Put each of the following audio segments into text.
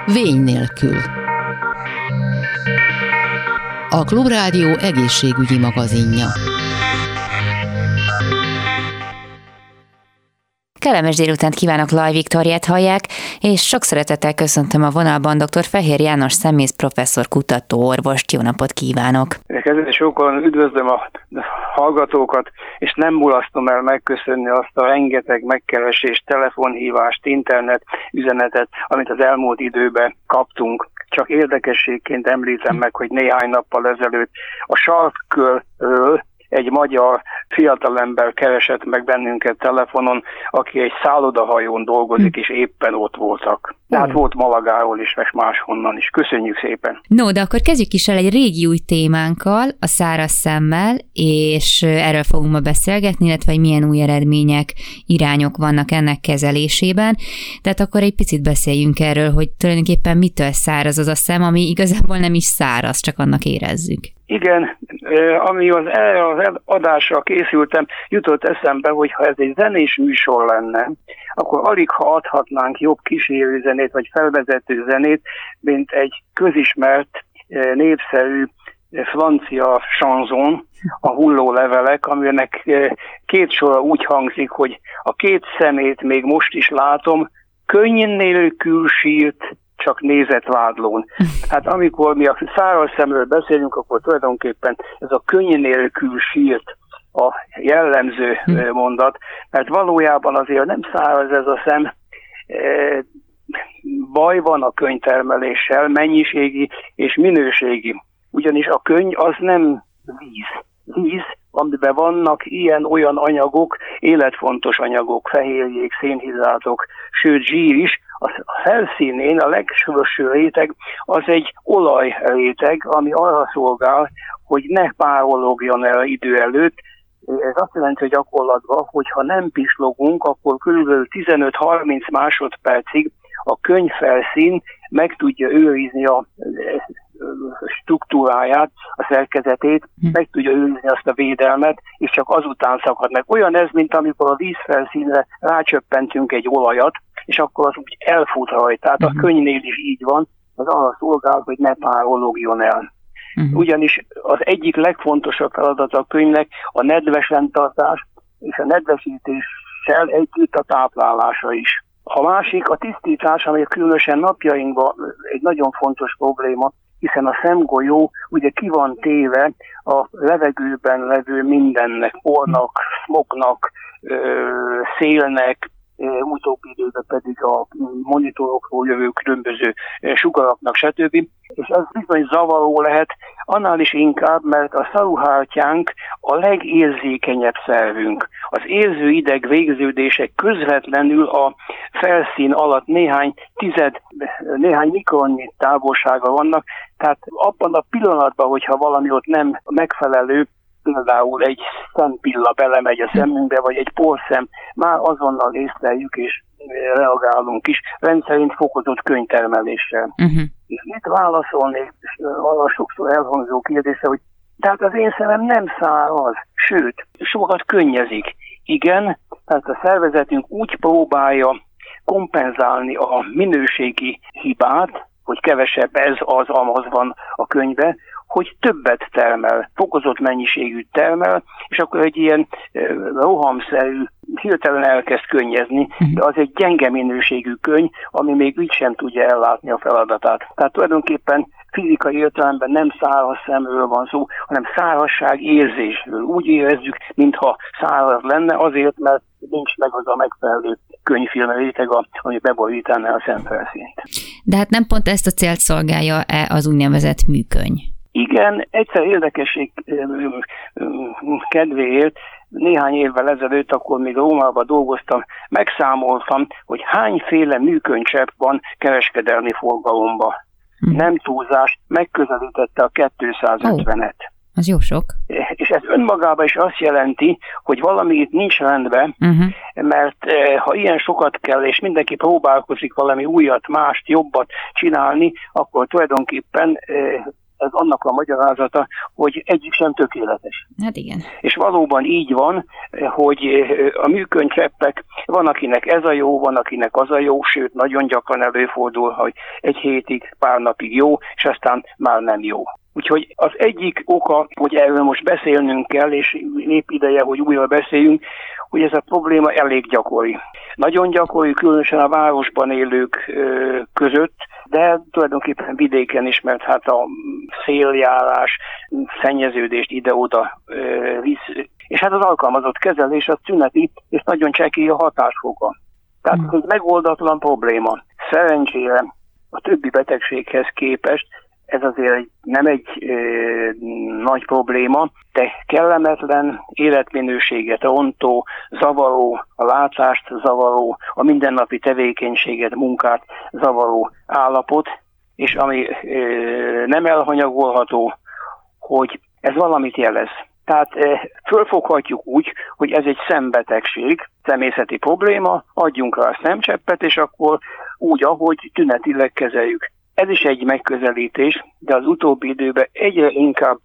Vény nélkül. A Klubrádió egészségügyi magazinja. Kellemes délutánt kívánok, Laj Viktóriát hallják, és sok szeretettel köszöntöm a vonalban dr. Fehér János szemész professzor, kutató orvost. Jó napot kívánok! Kezdetben sokan üdvözlöm a hallgatókat, és nem mulasztom el megköszönni azt a rengeteg megkeresést, telefonhívást, internet üzenetet, amit az elmúlt időben kaptunk. Csak érdekességként említem meg, hogy néhány nappal ezelőtt a Sarkkörről egy magyar fiatalember keresett meg bennünket telefonon, aki egy szállodahajón dolgozik, és éppen ott voltak. Tehát volt Malagáról is, meg máshonnan is. Köszönjük szépen! No, de akkor kezdjük is el egy régi új témánkkal, a száraz szemmel, és erről fogunk ma beszélgetni, illetve hogy milyen új eredmények, irányok vannak ennek kezelésében. Tehát akkor egy picit beszéljünk erről, hogy tulajdonképpen mitől száraz az a szem, ami igazából nem is száraz, csak annak érezzük. Igen, ami az adásra készültem, jutott eszembe, hogy ha ez egy zenés műsor lenne, akkor alig ha adhatnánk jobb kísérő zenét, vagy felvezető zenét, mint egy közismert, népszerű francia chanson, a Hullólevelek, aminek két sora úgy hangzik, hogy a két szemét még most is látom, könny nélkül sírt, csak nézetvádlón. Hát amikor mi a száraz szemről beszélünk, akkor tulajdonképpen ez a könny nélkül sírt a jellemző mondat, mert valójában azért nem száraz ez a szem, baj van a könnytermeléssel, mennyiségi és minőségi. Ugyanis a könny az nem víz. Víz, amiben vannak ilyen-olyan anyagok, életfontos anyagok, fehérjék, szénhidrátok, sőt zsír is. A felszínén a legfelső réteg az egy olajréteg, ami arra szolgál, hogy ne párologjon el idő előtt. Ez azt jelenti, hogy gyakorlatban, hogyha nem pislogunk, akkor kb. 15-30 másodpercig a könnyfelszín meg tudja őrizni a struktúráját, a szerkezetét, meg tudja őrizni azt a védelmet, és csak azután szakad meg. Olyan ez, mint amikor a vízfelszínre rácsöppentünk egy olajat, és akkor az úgy elfut rajta. Tehát a könnynél is így van, az arra szolgál, hogy ne párologjon el. Ugyanis az egyik legfontosabb feladata a könnynek a nedves rendtartás, és a nedvesítéssel együtt a táplálása is. A másik a tisztítás, ami különösen napjainkban egy nagyon fontos probléma, hiszen a szemgolyó ugye ki van téve a levegőben levő mindennek, pornak, smognak, szélnek, utóbbi időben pedig a monitorokról jövő különböző sugaraknak, stb. És ez bizony zavaró lehet, annál is inkább, mert a szaruhártyánk a legérzékenyebb szervünk. Az érzőideg végződések közvetlenül a felszín alatt néhány mikronnyi távolsága vannak, tehát abban a pillanatban, hogyha valami ott nem megfelelő, például egy szempilla belemegy a szemünkbe, vagy egy porszem, már azonnal észleljük és reagálunk is, rendszerint fokozott könnytermeléssel. És mit válaszolnék arra sokszor elhangzó kérdésre, hogy tehát az én szemem nem száraz, sőt, sokat könnyezik. Igen, tehát a szervezetünk úgy próbálja kompenzálni a minőségi hibát, hogy kevesebb amaz van a könnybe, hogy többet termel, fokozott mennyiségű termel, és akkor egy ilyen rohamszerű, hirtelen elkezd könnyezni, de az egy gyenge minőségű könny, ami még úgy sem tudja ellátni a feladatát. Tehát tulajdonképpen fizikai értelemben nem száraz szemről van szó, hanem szárazság érzésről. Úgy érezzük, mintha száraz lenne, azért, mert nincs meg az a megfelelő könnyfilm réteg, ami beborítaná a szemfelszínt. De hát nem pont ezt a célt szolgálja-e az úgynevezett műkönny? Igen, egyszer érdekesség kedvéért, néhány évvel ezelőtt, akkor még Rómában dolgoztam, megszámoltam, hogy hányféle műkönycsepp van kereskedelmi forgalomban. Nem túlzás, megközelítette a 250-et. Az jó sok. És ez önmagában is azt jelenti, hogy valami itt nincs rendben, mert ha ilyen sokat kell, és mindenki próbálkozik valami újat, mást, jobbat csinálni, akkor tulajdonképpen ez annak a magyarázata, hogy egyik sem tökéletes. Hát igen. És valóban így van, hogy a műkönycseppek, van akinek ez a jó, van akinek az a jó, sőt nagyon gyakran előfordul, hogy egy hétig, pár napig jó, és aztán már nem jó. Úgyhogy az egyik oka, hogy erről most beszélnünk kell, és épp ideje, hogy újra beszéljünk, hogy ez a probléma elég gyakori. Nagyon gyakori, különösen a városban élők között, de tulajdonképpen vidéken is, mert hát a széljárás, szennyeződést ide-oda visz. És hát az alkalmazott kezelés az tüneti, és nagyon csekély a hatásfoka. Tehát ez egy megoldatlan probléma. Szerencsére a többi betegséghez képest ez azért nem egy nagy probléma, de kellemetlen, életminőséget rontó, zavaró, a látást zavaró, a mindennapi tevékenységet, munkát zavaró állapot, és ami nem elhanyagolható, hogy ez valamit jelez. Tehát fölfoghatjuk úgy, hogy ez egy szembetegség, szemészeti probléma, adjunk rá a szemcseppet, és akkor úgy, ahogy tünetileg kezeljük. Ez is egy megközelítés, de az utóbbi időben egyre inkább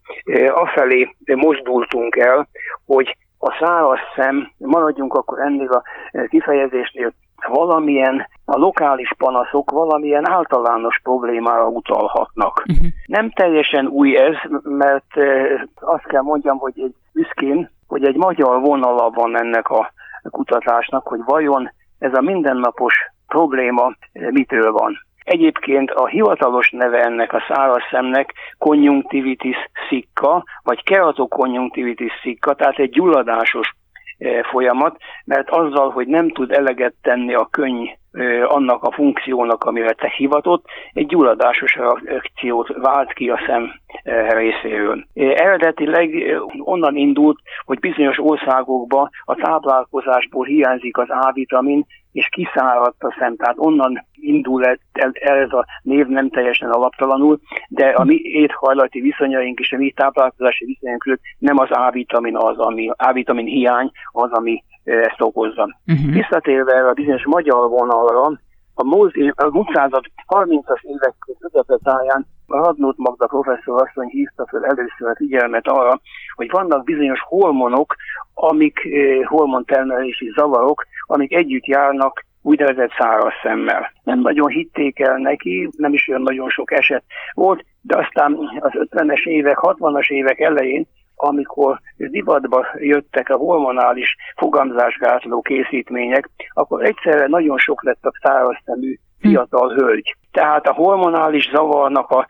afelé mozdultunk el, hogy a száraz szem, maradjunk akkor ennél a kifejezésnél, valamilyen a lokális panaszok valamilyen általános problémára utalhatnak. Nem teljesen új ez, mert azt kell mondjam, hogy egy büszkén, hogy egy magyar vonala van ennek a kutatásnak, hogy vajon ez a mindennapos probléma mitől van. Egyébként a hivatalos neve ennek a száraz szemnek konjunktivitis sicca, vagy keratokonjunktivitis sicca, tehát egy gyulladásos folyamat, mert azzal, hogy nem tud eleget tenni a könny annak a funkciónak, amire te hivatott, egy gyulladásos reakciót vált ki a szem részéről. Eredetileg onnan indult, hogy bizonyos országokban a táplálkozásból hiányzik az A-vitamin, és kiszáradt a szem, tehát onnan indul el ez a név nem teljesen alaptalanul, de a mi éthajlati viszonyaink és a mi táplálkozási viszonyaink között nem az A-vitamin az, ami A-vitamin hiány az, ami ezt okozza. Visszatérve erre a bizonyos magyar vonalra, a múlt század 30-as évek közepetáján Radnóth Magda professzor asszony hívta fel először a figyelmet arra, hogy vannak bizonyos hormonok, amik hormontermelési zavarok, amik együtt járnak úgynevezett száraz szemmel. Nem nagyon hitték el neki, nem is olyan nagyon sok eset volt, de aztán az 50-es évek, 60-as évek elején, amikor divatba jöttek a hormonális fogamzásgátló készítmények, akkor egyszerre nagyon sok lett a száraz szemű fiatal hölgy. Tehát a hormonális zavarnak a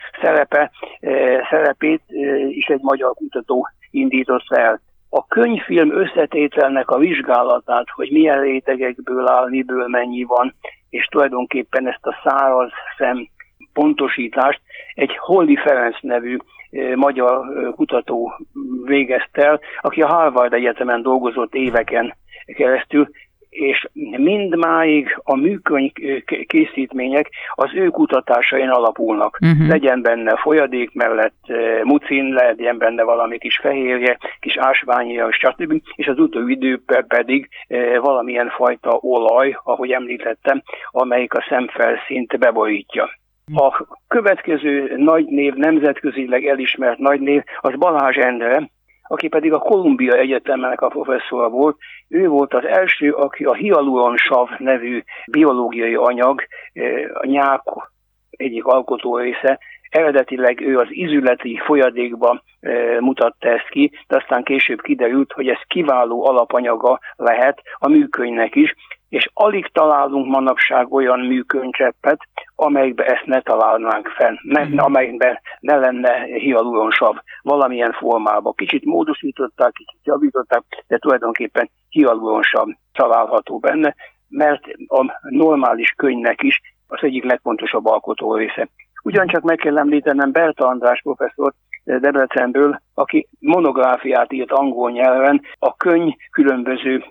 szerepét is egy magyar kutató indított el. A könnyfilm összetételnek a vizsgálatát, hogy milyen rétegekből áll, miből mennyi van, és tulajdonképpen ezt a száraz szem pontosítást egy Holly Ferenc nevű magyar kutató végezte el, aki a Harvard Egyetemen dolgozott éveken keresztül, és mindmáig a műkönyv készítmények az ő kutatásain alapulnak. Legyen benne folyadék mellett mucin, legyen benne valami kis fehérje, kis ásványja, stb. És az utóbbi időben pedig valamilyen fajta olaj, ahogy említettem, amelyik a szemfelszínt beborítja. A következő nagy név, nemzetközileg elismert nagy név, az Balázs Endre, aki pedig a Columbia Egyetemnek a professzora volt. Ő volt az első, aki a hialuronsav nevű biológiai anyag, a nyák egyik alkotó része, eredetileg ő az izületi folyadékba mutatta ezt ki, de aztán később kiderült, hogy ez kiváló alapanyaga lehet a műkönyvnek is, és alig találunk manapság olyan műkönyvcseppet, amelyikben ezt ne találnánk fenn, amelyikben ne lenne hialuronsav valamilyen formában. Kicsit módosították, kicsit javították, de tulajdonképpen hialuronsav található benne, mert a normális könnynek is az egyik legfontosabb alkotó része. Ugyancsak meg kell említenem Berta András professzort Debrecenből, aki monográfiát írt angol nyelven a könny különböző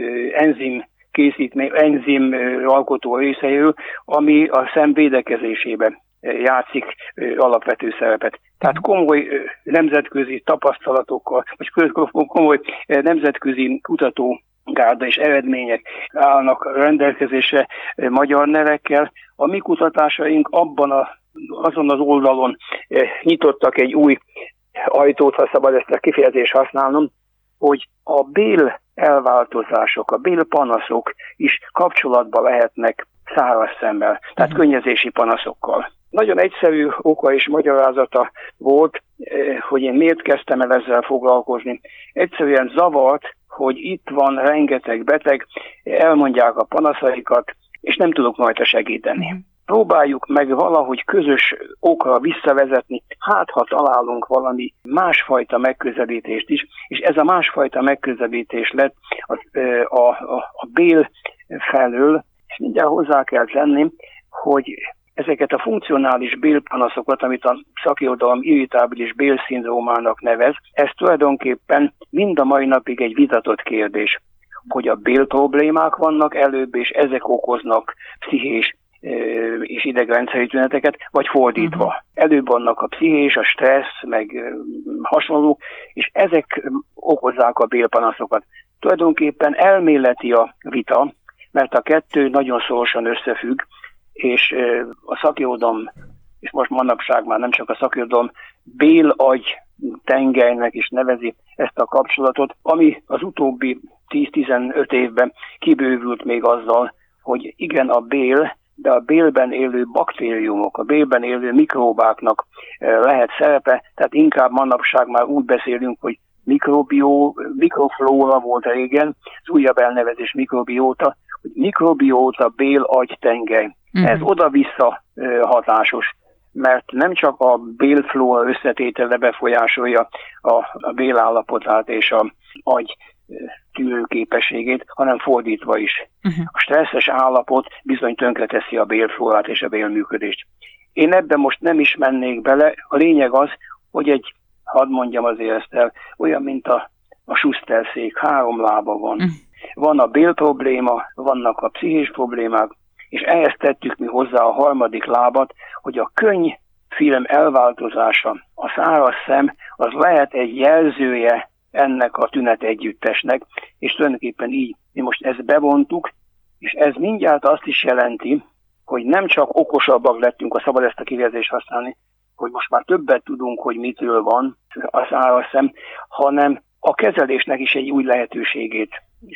enzim alkotó részeiről, ami a szem védekezésében játszik alapvető szerepet. Tehát komoly nemzetközi tapasztalatokkal, vagy komoly nemzetközi kutatógárda és eredmények állnak rendelkezésre magyar nevekkel. A mi kutatásaink abban a azon az oldalon nyitottak egy új ajtót, ha szabad ezt a kifejezést használnom, hogy a bél elváltozások, a bél panaszok is kapcsolatba lehetnek száraz szemmel, tehát könnyezési panaszokkal. Nagyon egyszerű oka és magyarázata volt, hogy én miért kezdtem el ezzel foglalkozni. Egyszerűen zavart, hogy itt van rengeteg beteg, elmondják a panaszaikat, és nem tudok rajta segíteni. Próbáljuk meg valahogy közös okra visszavezetni, hát ha találunk valami másfajta megközelítést is, és ez a másfajta megközelítés lett a bél felől, és mindjárt hozzá kell tenni, hogy ezeket a funkcionális bélpanaszokat, amit a szakirodalom irritábilis bélszindrómának nevez, ez tulajdonképpen mind a mai napig egy vitatott kérdés, hogy a bél problémák vannak előbb, és ezek okoznak pszichés és idegrendszeri tüneteket, vagy fordítva. Előbb vannak a pszichés, a stressz, meg hasonlók, és ezek okozzák a bélpanaszokat. Tulajdonképpen elméleti a vita, mert a kettő nagyon szorosan összefügg, és a szakirodalom, és most manapság már nem csak a szakirodalom, bél-agy tengelynek is nevezi ezt a kapcsolatot, ami az utóbbi 10-15 évben kibővült még azzal, hogy igen, a bél, de a bélben élő baktériumok, a bélben élő mikróbáknak lehet szerepe, tehát inkább manapság már úgy beszélünk, hogy mikroflóra volt régen, az újabb elnevezés mikrobióta, hogy mikrobióta bél-agy tengely. Ez oda-vissza hatásos, mert nem csak a bélflóra összetétele befolyásolja a bélállapotát és az agy tűrőképességét, hanem fordítva is. A stresszes állapot bizony tönkreteszi a bélflórát és a bélműködést. Én ebben most nem is mennék bele, a lényeg az, hogy hadd mondjam azért ezt el, olyan, mint a Schuster-szék, 3 lába van. Van a bél probléma, vannak a pszichés problémák, és ehhez tettük mi hozzá a 3. lábat, hogy a könnyfilm elváltozása, a száraz szem, az lehet egy jelzője ennek a tünet együttesnek, és tulajdonképpen így mi most ezt bevontuk, és ez mindjárt azt is jelenti, hogy nem csak okosabbak lettünk, ha szabad ezt a kifejezést használni, hogy most már többet tudunk, hogy mitől van a száraz szem, hanem a kezelésnek is egy új lehetőségét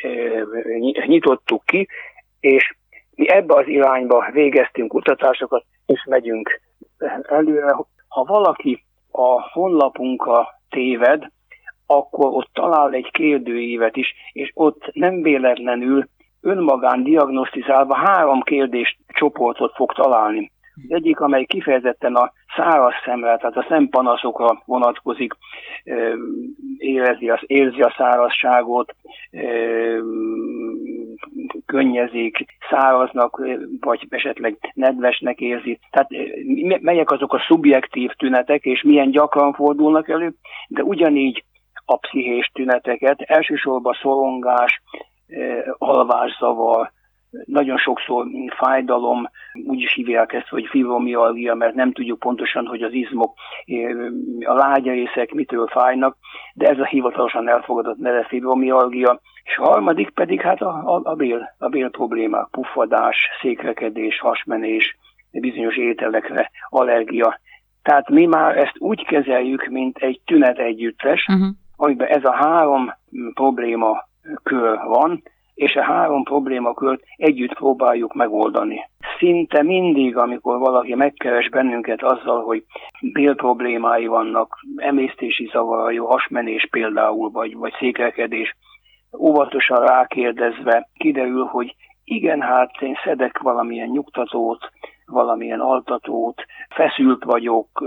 nyitottuk ki, és mi ebbe az irányba végeztünk kutatásokat, és megyünk előre. Ha valaki a honlapunkra téved, akkor ott talál egy kérdőívet is, és ott nem véletlenül önmagán diagnosztizálva 3 kérdéscsoportot fog találni. Az egyik, amely kifejezetten a száraz szemre, tehát a szempanaszokra vonatkozik, érzi a szárazságot, könnyezik, száraznak, vagy esetleg nedvesnek érzi. Tehát melyek azok a szubjektív tünetek, és milyen gyakran fordulnak elő, de ugyanígy a pszichés tüneteket, elsősorban szorongás, alvászavar, nagyon sokszor fájdalom, úgy is hívják ezt, hogy fibromialgia, mert nem tudjuk pontosan, hogy az izmok, a lágyarészek mitől fájnak, de ez a hivatalosan elfogadott neve fibromialgia. És a 3. pedig hát a bél problémák, puffadás, székrekedés, hasmenés, bizonyos ételekre allergia. Tehát mi már ezt úgy kezeljük, mint egy tünet együttes, amiben ez a 3 problémakör van, és a 3 problémakört együtt próbáljuk megoldani. Szinte mindig, amikor valaki megkeres bennünket azzal, hogy bélproblémái vannak, emésztési zavarai, hasmenés például, vagy székrekedés, óvatosan rákérdezve kiderül, hogy igen, hát én szedek valamilyen nyugtatót, valamilyen altatót, feszült vagyok,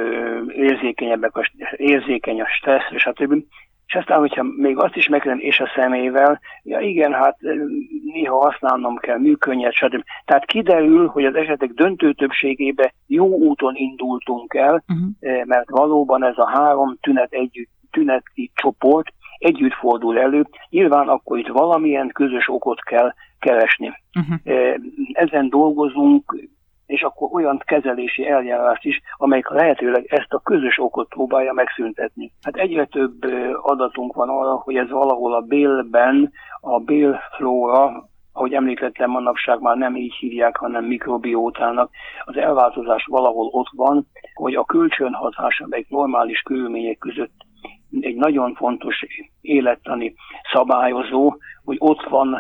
érzékeny a stresszre, stb. És aztán, hogyha még azt is megkérdem, és a szemével, ja igen, hát néha használnom kell műkönnyet, stb. Tehát kiderül, hogy az esetek döntő többségében jó úton indultunk el, mert valóban ez a 3 tüneti csoport együtt fordul elő. Nyilván akkor itt valamilyen közös okot kell keresni. Ezen dolgozunk, és akkor olyan kezelési eljárást is, amelyik lehetőleg ezt a közös okot próbálja megszüntetni. Hát egyre több adatunk van arra, hogy ez valahol a bélben, a bélflóra, ahogy említettem, manapság már nem így hívják, hanem mikrobiótának. Az elváltozás valahol ott van, hogy a kölcsönhatás, amelyik normális körülmények között egy nagyon fontos élettani szabályozó, hogy ott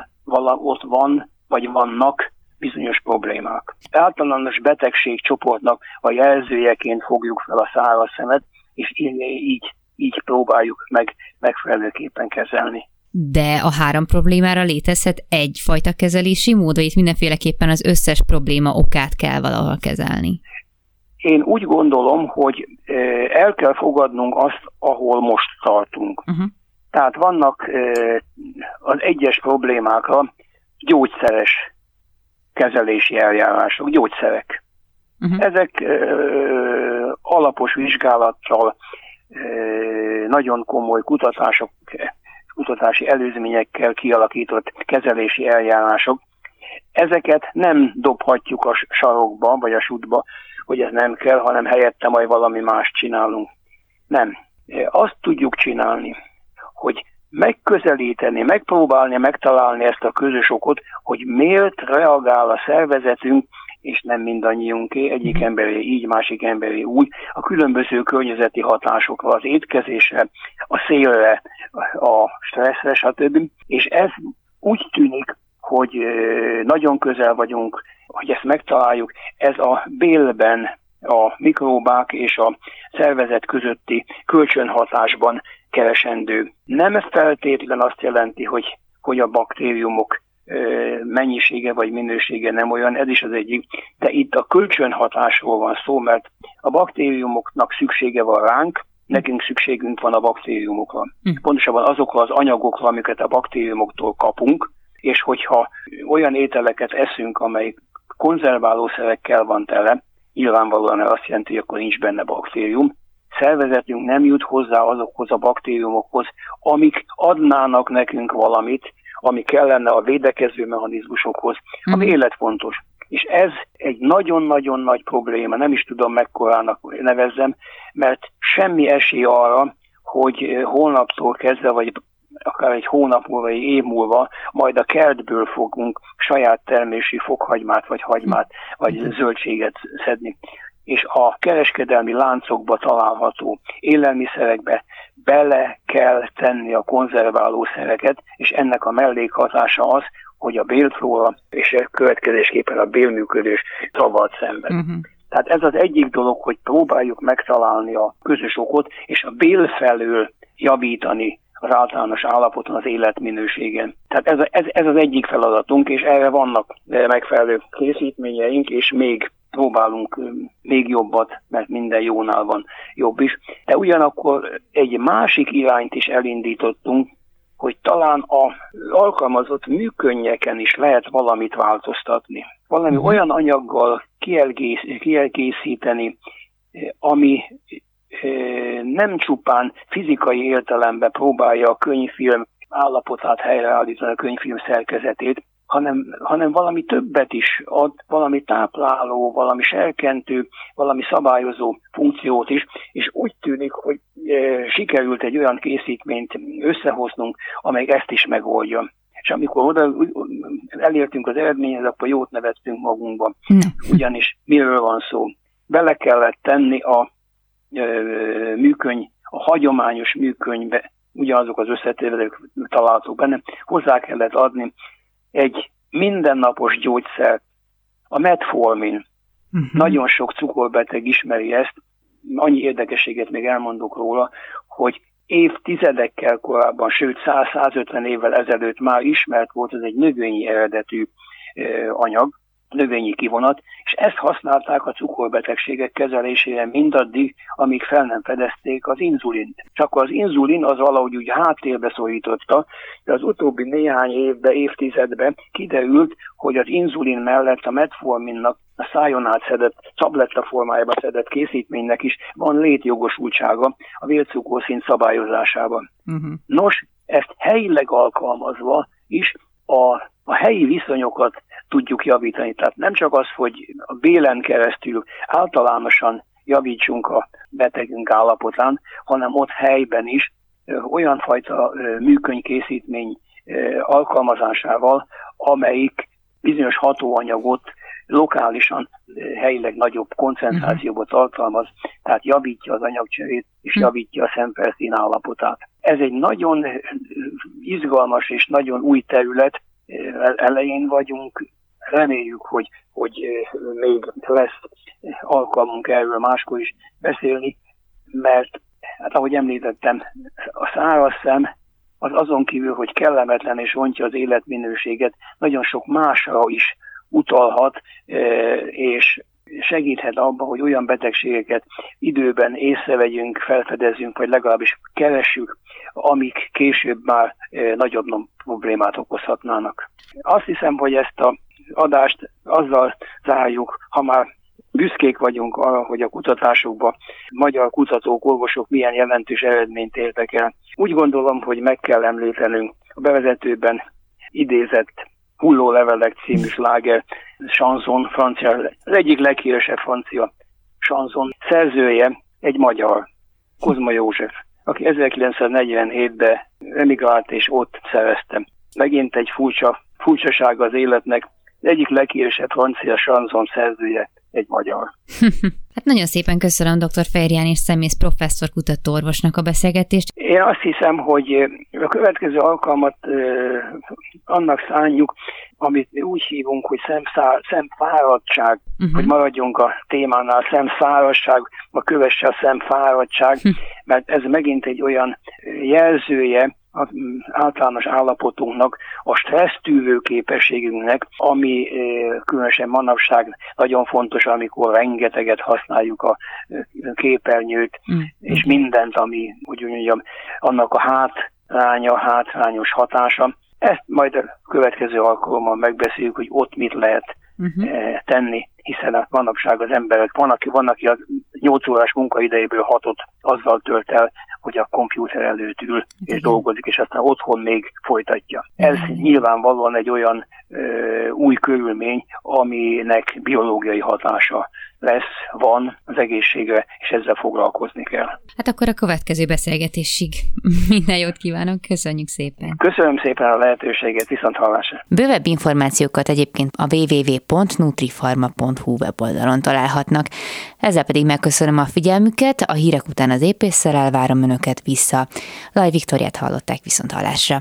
van, vagy vannak bizonyos problémák. Általános betegségcsoportnak a jelzőjeként fogjuk fel a száraz szemet, és így próbáljuk meg megfelelőképpen kezelni. De a 3 problémára létezhet egyfajta kezelési mód, vagy itt mindenféleképpen az összes probléma okát kell valahol kezelni? Én úgy gondolom, hogy el kell fogadnunk azt, ahol most tartunk. Tehát vannak az egyes problémákra gyógyszeres kezelési eljárások, gyógyszerek. Ezek alapos vizsgálattal, nagyon komoly kutatási előzményekkel kialakított kezelési eljárások. Ezeket nem dobhatjuk a sarokba, vagy a sútba, hogy ez nem kell, hanem helyette majd valami mást csinálunk. Nem. Azt tudjuk csinálni, hogy megközelíteni, megpróbálni, megtalálni ezt a közös okot, hogy miért reagál a szervezetünk, és nem mindannyiunké, egyik emberé így, másik emberé úgy, a különböző környezeti hatásokra, az étkezésre, a szélre, a stresszre, stb. És ez úgy tűnik, hogy nagyon közel vagyunk, hogy ezt megtaláljuk, ez a bélben, a mikróbák és a szervezet közötti kölcsönhatásban keresendő. Nem feltétlen azt jelenti, hogy a baktériumok mennyisége vagy minősége nem olyan, ez is az egyik, de itt a kölcsönhatásról van szó, mert a baktériumoknak szüksége van ránk, nekünk szükségünk van a baktériumokra. Pontosabban azokra az anyagokra, amiket a baktériumoktól kapunk, és hogyha olyan ételeket eszünk, amely konzerválószerekkel van tele, nyilvánvalóan azt jelenti, hogy akkor nincs benne baktérium, szervezetünk nem jut hozzá azokhoz a baktériumokhoz, amik adnának nekünk valamit, ami kellene a védekező mechanizmusokhoz, ami életfontos. És ez egy nagyon-nagyon nagy probléma, nem is tudom mekkorának nevezzem, mert semmi esély arra, hogy holnaptól kezdve, vagy akár egy hónap múlva, egy év múlva, majd a kertből fogunk saját termésű fokhagymát, vagy hagymát, vagy zöldséget szedni. És a kereskedelmi láncokba található élelmiszerekbe bele kell tenni a konzerválószereket, és ennek a mellékhatása az, hogy a bélflóra és következésképpen a bélműködés zavart szenved. Tehát ez az egyik dolog, hogy próbáljuk megtalálni a közös okot, és a bél felől javítani az általános állapoton, az életminőségen. Tehát ez az egyik feladatunk, és erre vannak megfelelő készítményeink, és még próbálunk még jobbat, mert minden jónál van jobb is. De ugyanakkor egy másik irányt is elindítottunk, hogy talán az alkalmazott műkönnyeken is lehet valamit változtatni. Valami olyan anyaggal kiegészíteni, ami nem csupán fizikai értelemben próbálja a könyvfilm állapotát helyreállítani, a könyvfilm szerkezetét, hanem valami többet is ad, valami tápláló, valami serkentő, valami szabályozó funkciót is, és úgy tűnik, hogy sikerült egy olyan készítményt összehoznunk, amely ezt is megoldja. És amikor oda elértünk az eredményhez, akkor jót nevettünk magunkban. Ugyanis miről van szó? Bele kellett tenni a műkönyv, a hagyományos műkönyvbe, ugyanazok az összetételek találhatók benne, hozzá kellett adni egy mindennapos gyógyszer, a metformin. Nagyon sok cukorbeteg ismeri ezt, annyi érdekességet még elmondok róla, hogy évtizedekkel korábban, sőt 100-150 évvel ezelőtt már ismert volt, ez egy növényi eredetű anyag, növényi kivonat, és ezt használták a cukorbetegségek kezelésére mindaddig, amíg fel nem fedezték az inzulint. Csak az inzulin az valahogy úgy háttérbe szorította, de az utóbbi néhány évben, évtizedben kiderült, hogy az inzulin mellett a metforminnak, a szájon át szedett, tabletta formájában szedett készítménynek is van létjogosultsága a vércukorszint szabályozásában. Nos, ezt helyileg alkalmazva is a helyi viszonyokat tudjuk javítani. Tehát nem csak az, hogy a bélen keresztül általánosan javítsunk a betegünk állapotán, hanem ott helyben is olyan fajta műkönyvkészítmény alkalmazásával, amelyik bizonyos hatóanyagot lokálisan, helyileg nagyobb koncentrációba tartalmaz, tehát javítja az anyagcserét, és javítja a szemfelszín állapotát. Ez egy nagyon izgalmas és nagyon új terület, elején vagyunk, reméljük, hogy még lesz alkalmunk erről máskor is beszélni, mert hát ahogy említettem, a száraz szem az azon kívül, hogy kellemetlen és rontja az életminőséget, nagyon sok másra is utalhat, és segíthet abban, hogy olyan betegségeket időben észrevegyünk, felfedezzünk, vagy legalábbis keressük, amik később már nagyobb problémát okozhatnának. Azt hiszem, hogy ezt az adást azzal zárjuk, ha már büszkék vagyunk arra, hogy a kutatásokban magyar kutatók, orvosok milyen jelentős eredményt értek el. Úgy gondolom, hogy meg kell említenünk a bevezetőben idézett Hullólevelek című sláger, chanson, francia, az egyik leghíresebb francia chanson szerzője egy magyar, Kozma József, aki 1947-ben emigrált és ott szerezte. Megint egy furcsasága az életnek, az egyik leghíresebb francia chanson szerzője egy magyar. Hát nagyon szépen köszönöm dr. Fejér János Szemész professzor kutatóorvosnak a beszélgetést. Én azt hiszem, hogy a következő alkalmat annak szánjuk, amit mi úgy hívunk, hogy szemfáradtság, hogy maradjunk a témánál, szemszárazság, ma kövesse a szemfáradtság, mert ez megint egy olyan jelzője az általános állapotunknak, a stressztűrő képességünknek, ami különösen manapság nagyon fontos, amikor rengeteget használjuk a képernyőt, és mindent, ami, úgy mondjam, annak a hátrányos hatása. Ezt majd a következő alkalommal megbeszéljük, hogy ott mit lehet tenni, hiszen manapság az emberek, van, aki a 8 órás munkaidejéből 6-ot azzal tölt el, hogy a kompjúter előtt ül és dolgozik, és aztán otthon még folytatja. Ez nyilvánvalóan egy olyan új körülmény, aminek biológiai hatása van az egészségre, és ezzel foglalkozni kell. Hát akkor a következő beszélgetésig minden jót kívánok, köszönjük szépen. Köszönöm szépen a lehetőséget, viszonthallásra. Bővebb információkat egyébként a www.nutrifarma.hu weboldalon találhatnak. Ezzel pedig megköszönöm a figyelmüket, a hírek után az épésszel elvárom önöket vissza. Laj Viktoriát hallották, viszonthallásra.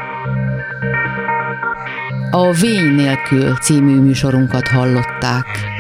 A Vény nélkül című műsorunkat hallották.